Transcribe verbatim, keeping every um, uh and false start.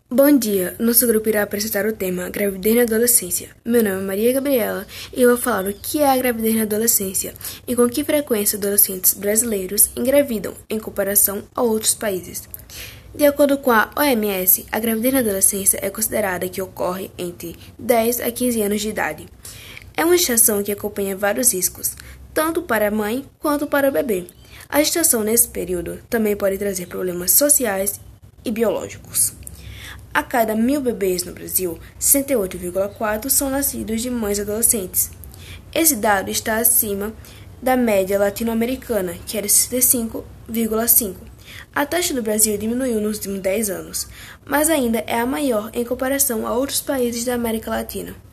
Bom dia, nosso grupo irá apresentar o tema gravidez na adolescência. Meu nome é Maria Gabriela e eu vou falar o que é a gravidez na adolescência e com que frequência adolescentes brasileiros engravidam em comparação a outros países. De acordo com a O M S, a gravidez na adolescência é considerada que ocorre entre dez a quinze anos de idade. É uma gestação que acompanha vários riscos, tanto para a mãe quanto para o bebê. A gestação nesse período também pode trazer problemas sociais e biológicos. A cada mil bebês no Brasil, sessenta e oito vírgula quatro são nascidos de mães adolescentes. Esse dado está acima da média latino-americana, que era sessenta e cinco vírgula cinco. A taxa do Brasil diminuiu nos últimos dez anos, mas ainda é a maior em comparação a outros países da América Latina.